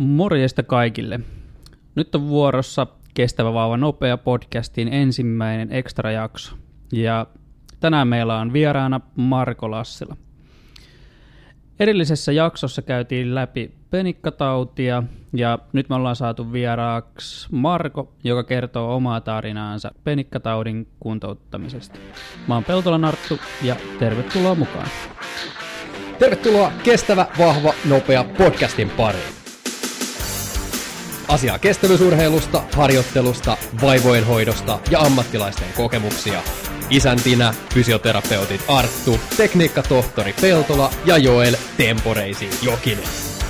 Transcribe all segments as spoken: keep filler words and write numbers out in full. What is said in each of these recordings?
Morjesta kaikille. Nyt on vuorossa Kestävä vauva nopea podcastin ensimmäinen extra jakso. Ja tänään meillä on vieraana Marko Lassila. Edellisessä jaksossa käytiin läpi penikkatautia ja nyt me ollaan saatu vieraaksi Marko, joka kertoo omaa tarinaansa penikkataudin kuntouttamisesta. Mä oon Peltolan Arttu ja tervetuloa mukaan. Tervetuloa Kestävä, vahva, nopea podcastin pariin. Asiaa kestävyysurheilusta, harjoittelusta, vaivojen hoidosta ja ammattilaisten kokemuksia. Isäntinä fysioterapeutit Arttu, tekniikkatohtori Peltola ja Joel Temporeisi Jokinen.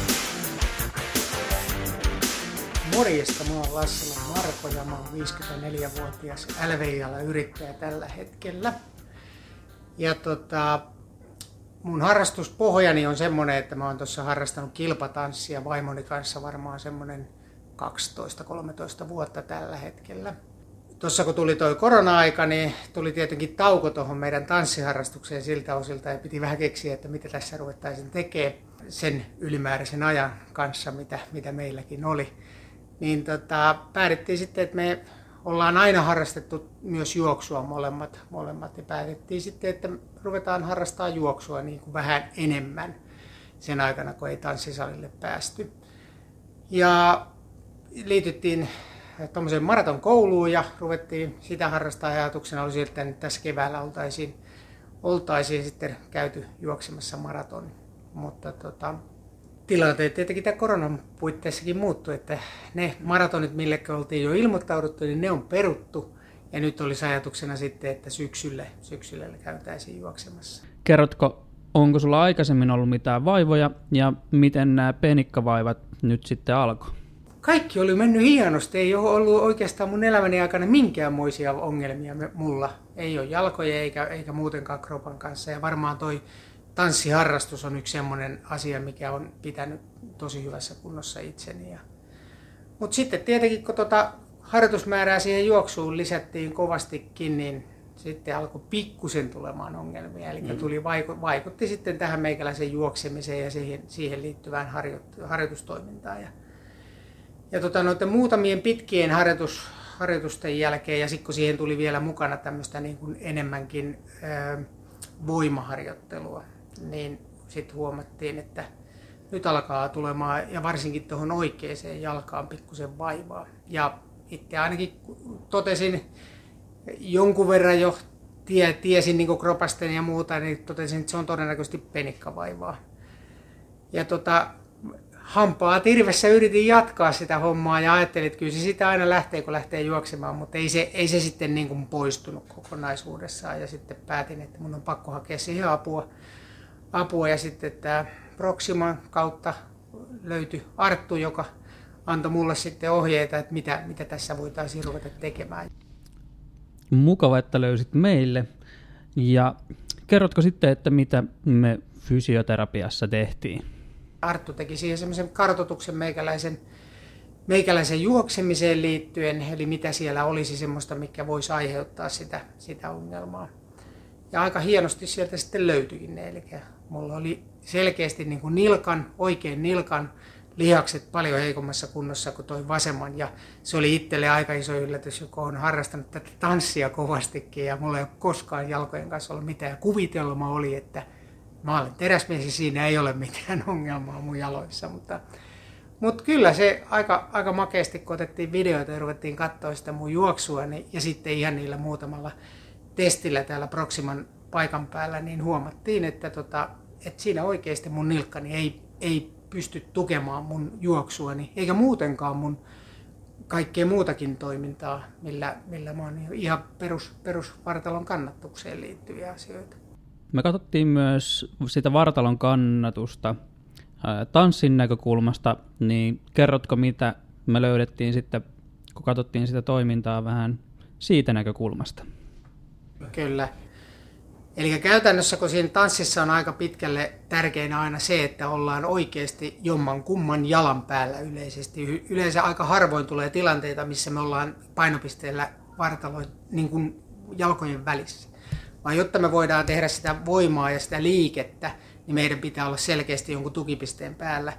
Morjesta, mä oon Lassila Marko ja mä oon viisikymmentäneljävuotias L V I-yrittäjä tällä hetkellä. Ja tota, mun harrastuspohjani on semmonen, että mä oon tuossa harrastanut kilpatanssia vaimoni kanssa varmaan semmonen kaksitoista kolmetoista vuotta tällä hetkellä. Tuossa kun tuli toi korona-aika, niin tuli tietenkin tauko tuohon meidän tanssiharrastukseen siltä osilta ja piti vähän keksiä, että mitä tässä ruvettaisiin tekemään sen ylimääräisen ajan kanssa, mitä, mitä meilläkin oli. Niin tota, päätettiin sitten, että me ollaan aina harrastettu myös juoksua molemmat, molemmat ja päätettiin sitten, että ruvetaan harrastaa juoksua niin kuin vähän enemmän sen aikana, kun ei tanssisalille päästy. Ja liityttiin tuommoiseen maratonkouluun ja ruvettiin sitä harrastaa. Ajatuksena oli siltä, että tässä keväällä oltaisiin, oltaisiin sitten käyty juoksemassa maraton. Mutta tota, tilanteet tietenkin tämän koronan puitteissakin muuttui, että ne maratonit, mille oltiin jo ilmoittauduttu, niin ne on peruttu. Ja nyt olisi ajatuksena sitten, että syksyllä, syksyllä käytäisiin juoksemassa. Kerrotko, onko sulla aikaisemmin ollut mitään vaivoja ja miten nämä penikkavaivat nyt sitten alkoi? Kaikki oli mennyt hienosti. Ei ole ollut oikeastaan mun elämäni aikana minkäänmoisia ongelmia mulla. Ei ole jalkoja eikä, eikä muutenkaan kropan kanssa. Ja varmaan toi tanssiharrastus on yksi semmoinen asia, mikä on pitänyt tosi hyvässä kunnossa itseni. Mutta sitten tietenkin, kun tota harjoitusmäärää siihen juoksuun lisättiin kovastikin, niin sitten alkoi pikkusen tulemaan ongelmia. Eli mm. tuli, vaikutti sitten tähän meikäläisen juoksemiseen ja siihen, siihen liittyvään harjoit- harjoitustoimintaan. Ja Ja tota, noiden muutamien pitkien harjoitus, harjoitusten jälkeen, ja sitten kun siihen tuli vielä mukana tämmöistä niin kuin enemmänkin ö, voimaharjoittelua, niin sitten huomattiin, että nyt alkaa tulemaan, ja varsinkin tuohon oikeaan jalkaan pikkusen vaivaa. Ja itse ainakin totesin jonkun verran jo, tie, tiesin niin kuin kropasten ja muuta, niin totesin, että se on todennäköisesti penikkavaivaa. Ja tota, hampaa tirvessä yritin jatkaa sitä hommaa ja ajattelin, että kyllä se sitä aina lähtee, kun lähtee juoksemaan, mutta ei se, ei se sitten niin kuin poistunut kokonaisuudessaan. Ja sitten päätin, että mun on pakko hakea siihen apua. apua. Ja sitten tämä Proximan kautta löytyi Arttu, joka antoi mulle sitten ohjeita, että mitä, mitä tässä voitaisiin ruveta tekemään. Mukava, että löysit meille. Ja kerrotko sitten, että mitä me fysioterapiassa tehtiin? Arttu teki siihen semmoisen kartoituksen meikäläisen, meikäläisen juoksemiseen liittyen, eli mitä siellä olisi semmoista, mikä voisi aiheuttaa sitä, sitä ongelmaa. Ja aika hienosti sieltä sitten löytyikin ne, eli mulla oli selkeästi niin kuin nilkan, oikein nilkan lihakset paljon heikommassa kunnossa kuin toi vasemman, ja se oli itselle aika iso yllätys, kun olen harrastanut tätä tanssia kovastikin, ja mulla ei ole koskaan jalkojen kanssa ollut mitään. Kuvitelma oli, että mä olen teräsmies ja siinä ei ole mitään ongelmaa mun jaloissa, mutta, mutta kyllä se aika, aika makeasti, kun otettiin videoita ja ruvettiin katsoa sitä mun juoksua, niin, ja sitten ihan niillä muutamalla testillä täällä Proximan paikan päällä, niin huomattiin, että, tota, että siinä oikeasti mun nilkkani ei, ei pysty tukemaan mun juoksuani, eikä muutenkaan mun kaikkea muutakin toimintaa, millä, millä mä oon ihan perus, perusvartalon kannatukseen liittyviä asioita. Me katsottiin myös sitä vartalon kannatusta tanssin näkökulmasta, niin kerrotko mitä me löydettiin sitten, kun katsottiin sitä toimintaa vähän siitä näkökulmasta? Kyllä. Eli käytännössä, kun siinä tanssissa on aika pitkälle tärkeänä aina se, että ollaan oikeasti jomman kumman jalan päällä yleisesti. Yleensä aika harvoin tulee tilanteita, missä me ollaan painopisteellä vartaloin niin kuin jalkojen välissä. Vaan jotta me voidaan tehdä sitä voimaa ja sitä liikettä, niin meidän pitää olla selkeästi jonkun tukipisteen päällä.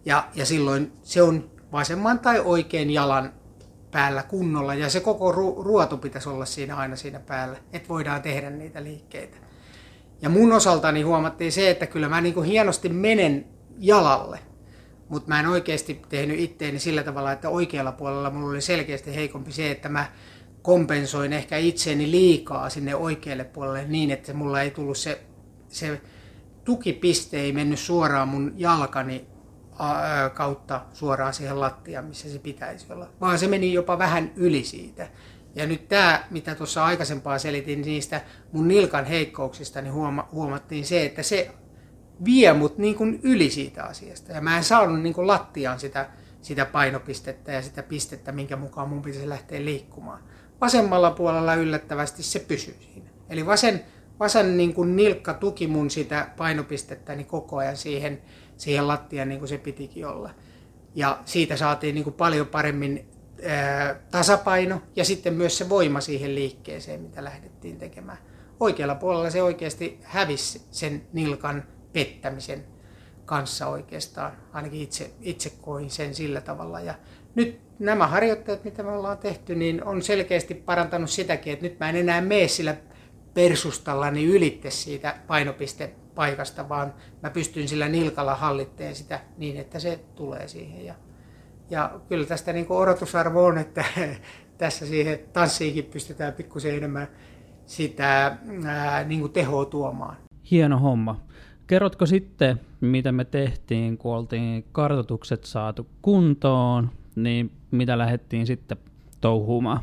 Ja, ja silloin se on vasemman tai oikean jalan päällä kunnolla. Ja se koko ru- ruotu pitäisi olla siinä aina siinä päällä, että voidaan tehdä niitä liikkeitä. Ja mun osaltani huomattiin se, että kyllä mä niin kuin hienosti menen jalalle. Mutta mä en oikeasti tehnyt itteeni sillä tavalla, että oikealla puolella mulla oli selkeästi heikompi se, että mä kompensoin ehkä itseeni liikaa sinne oikealle puolelle niin, että mulla ei tullut se, se tukipiste ei mennyt suoraan mun jalkani kautta suoraan siihen lattiaan, missä se pitäisi olla, vaan se meni jopa vähän yli siitä. Ja nyt tämä, mitä tuossa aikaisempaa selitin niistä mun nilkan heikkouksista, niin huoma- huomattiin se, että se vie mut niin kuin yli siitä asiasta. Ja mä en saanut niin kuin lattiaan sitä, sitä painopistettä ja sitä pistettä, minkä mukaan mun pitäisi lähteä liikkumaan. Vasemmalla puolella yllättävästi se pysyy siinä. Eli vasen, vasen niin kuin nilkka tuki mun sitä painopistettäni koko ajan siihen, siihen lattiaan niin kuin se pitikin olla. Ja siitä saatiin niin kuin paljon paremmin ää, tasapaino ja sitten myös se voima siihen liikkeeseen, mitä lähdettiin tekemään. Oikealla puolella se oikeasti hävisi sen nilkan pettämisen kanssa oikeastaan. Ainakin itse, itse koin sen sillä tavalla. Ja nyt nämä harjoitteet, mitä me ollaan tehty, niin on selkeästi parantanut sitäkin, että nyt mä en enää mene sillä persustallani ylitte siitä painopistepaikasta, vaan mä pystyn sillä nilkalla hallitteen sitä niin, että se tulee siihen. Ja, ja kyllä tästä niin kuin odotusarvo on, että tässä siihen tanssiinkin pystytään pikkusen enemmän sitä ää, niin kuin tehoa tuomaan. Hieno homma. Kerrotko sitten, mitä me tehtiin, kun oltiin kartoitukset saatu kuntoon, niin mitä lähdettiin sitten touhumaan?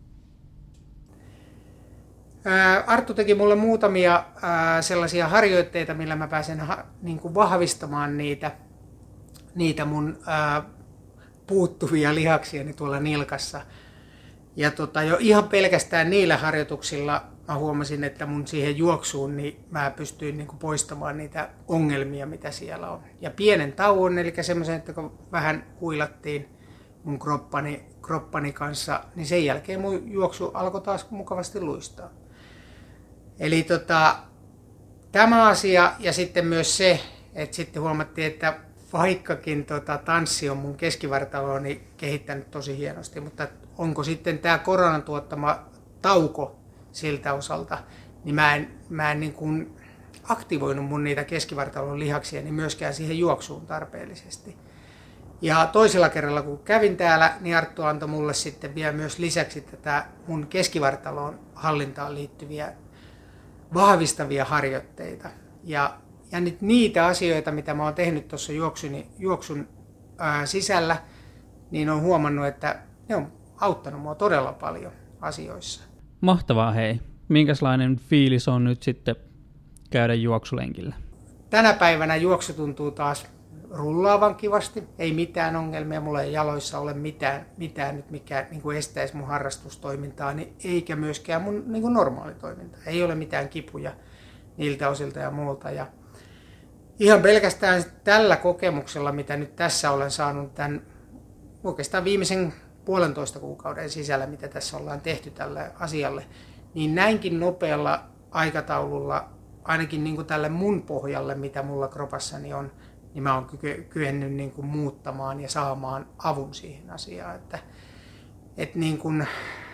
Arttu teki mulle muutamia ää, sellaisia harjoitteita, millä mä pääsen ha, niin kuin vahvistamaan niitä, niitä mun ää, puuttuvia lihaksiani tuolla nilkassa. Ja tota, jo ihan pelkästään niillä harjoituksilla mä huomasin, että mun siihen juoksuun niin mä pystyin niin kuin poistamaan niitä ongelmia, mitä siellä on. Ja pienen tauon, eli semmoisen, että kun vähän huilattiin mun kroppani, kroppani kanssa, niin sen jälkeen mun juoksu alkoi taas mukavasti luistaa. Eli tota, tämä asia ja sitten myös se, että sitten huomattiin, että vaikkakin tota, tanssi on mun keskivartalooni kehittänyt tosi hienosti, mutta onko sitten tämä koronan tuottama tauko siltä osalta, niin mä en, mä en niin kuin aktivoinut mun niitä keskivartalon lihaksia niin myöskään siihen juoksuun tarpeellisesti. Ja toisella kerralla kun kävin täällä, niin Arttu antoi mulle sitten vielä myös lisäksi tätä mun keskivartalon hallintaan liittyviä vahvistavia harjoitteita. Ja, ja nyt niitä asioita, mitä mä oon tehnyt tuossa juoksun, juoksun ää, sisällä, niin on huomannut, että ne on auttanut mua todella paljon asioissa. Mahtavaa hei. Minkälainen fiilis on nyt sitten käydä juoksulenkillä? Tänä päivänä juoksu tuntuu taas rullaavan kivasti. Ei mitään ongelmia. Mulla ei jaloissa ole mitään, mitään nyt mikä niin kuin estäisi mun harrastustoimintaa, niin eikä myöskään mun niin kuin normaalitoimintaa. Ei ole mitään kipuja niiltä osilta ja muulta. Ja ihan pelkästään tällä kokemuksella, mitä nyt tässä olen saanut tämän oikeastaan viimeisen puolentoista kuukauden sisällä, mitä tässä ollaan tehty tälle asialle, niin näinkin nopealla aikataululla, ainakin niin kuin tälle mun pohjalle, mitä mulla kropassani on, niin mä oon ky- kyennyt niin kuin muuttamaan ja saamaan avun siihen asiaan. Että, että niin kuin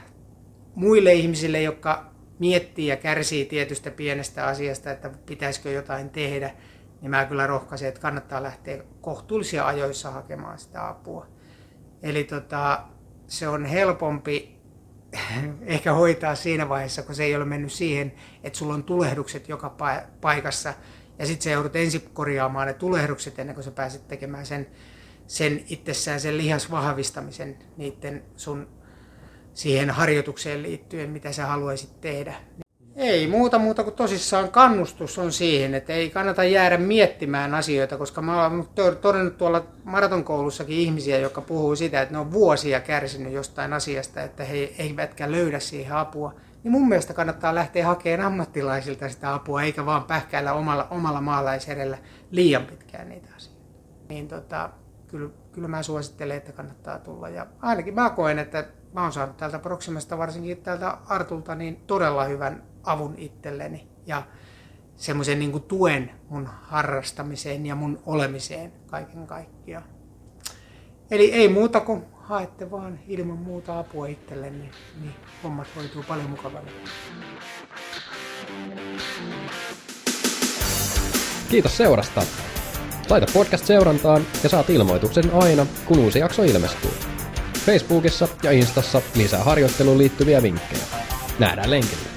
muille ihmisille, jotka miettii ja kärsii tietystä pienestä asiasta, että pitäisikö jotain tehdä, niin mä kyllä rohkaisen, että kannattaa lähteä kohtuullisia ajoissa hakemaan sitä apua. Eli tota, se on helpompi ehkä hoitaa siinä vaiheessa, kun se ei ole mennyt siihen, että sulla on tulehdukset joka paikassa ja sitten sä joudut ensin korjaamaan ne tulehdukset ennen kuin sä pääset tekemään sen, sen itsessään sen lihasvahvistamisen niiden sun siihen harjoitukseen liittyen, mitä sä haluaisit tehdä. Ei muuta muuta kuin tosissaan kannustus on siihen, että ei kannata jäädä miettimään asioita, koska mä oon todennut tuolla maratonkoulussakin ihmisiä, jotka puhuu sitä, että ne on vuosia kärsinyt jostain asiasta, että he eivätkä löydä siihen apua. Niin mun mielestä kannattaa lähteä hakemaan ammattilaisilta sitä apua, eikä vaan pähkäillä omalla, omalla maalaisedellä liian pitkään niitä asioita. Niin tota, kyllä, kyllä mä suosittelen, että kannattaa tulla. Ja ainakin mä koen, että mä oon saanut täältä Proximasta, varsinkin täältä Artulta, niin todella hyvän avun itselleni ja semmoisen niin kuin tuen mun harrastamiseen ja mun olemiseen kaiken kaikkiaan. Eli ei muuta kuin haette vaan ilman muuta apua itselle, niin, niin hommat hoituu paljon mukavammin. Kiitos seurasta. Laita podcast seurantaan ja saat ilmoituksen aina, kun uusi jakso ilmestyy. Facebookissa ja Instassa lisää harjoitteluun liittyviä vinkkejä. Nähdään lenkillä.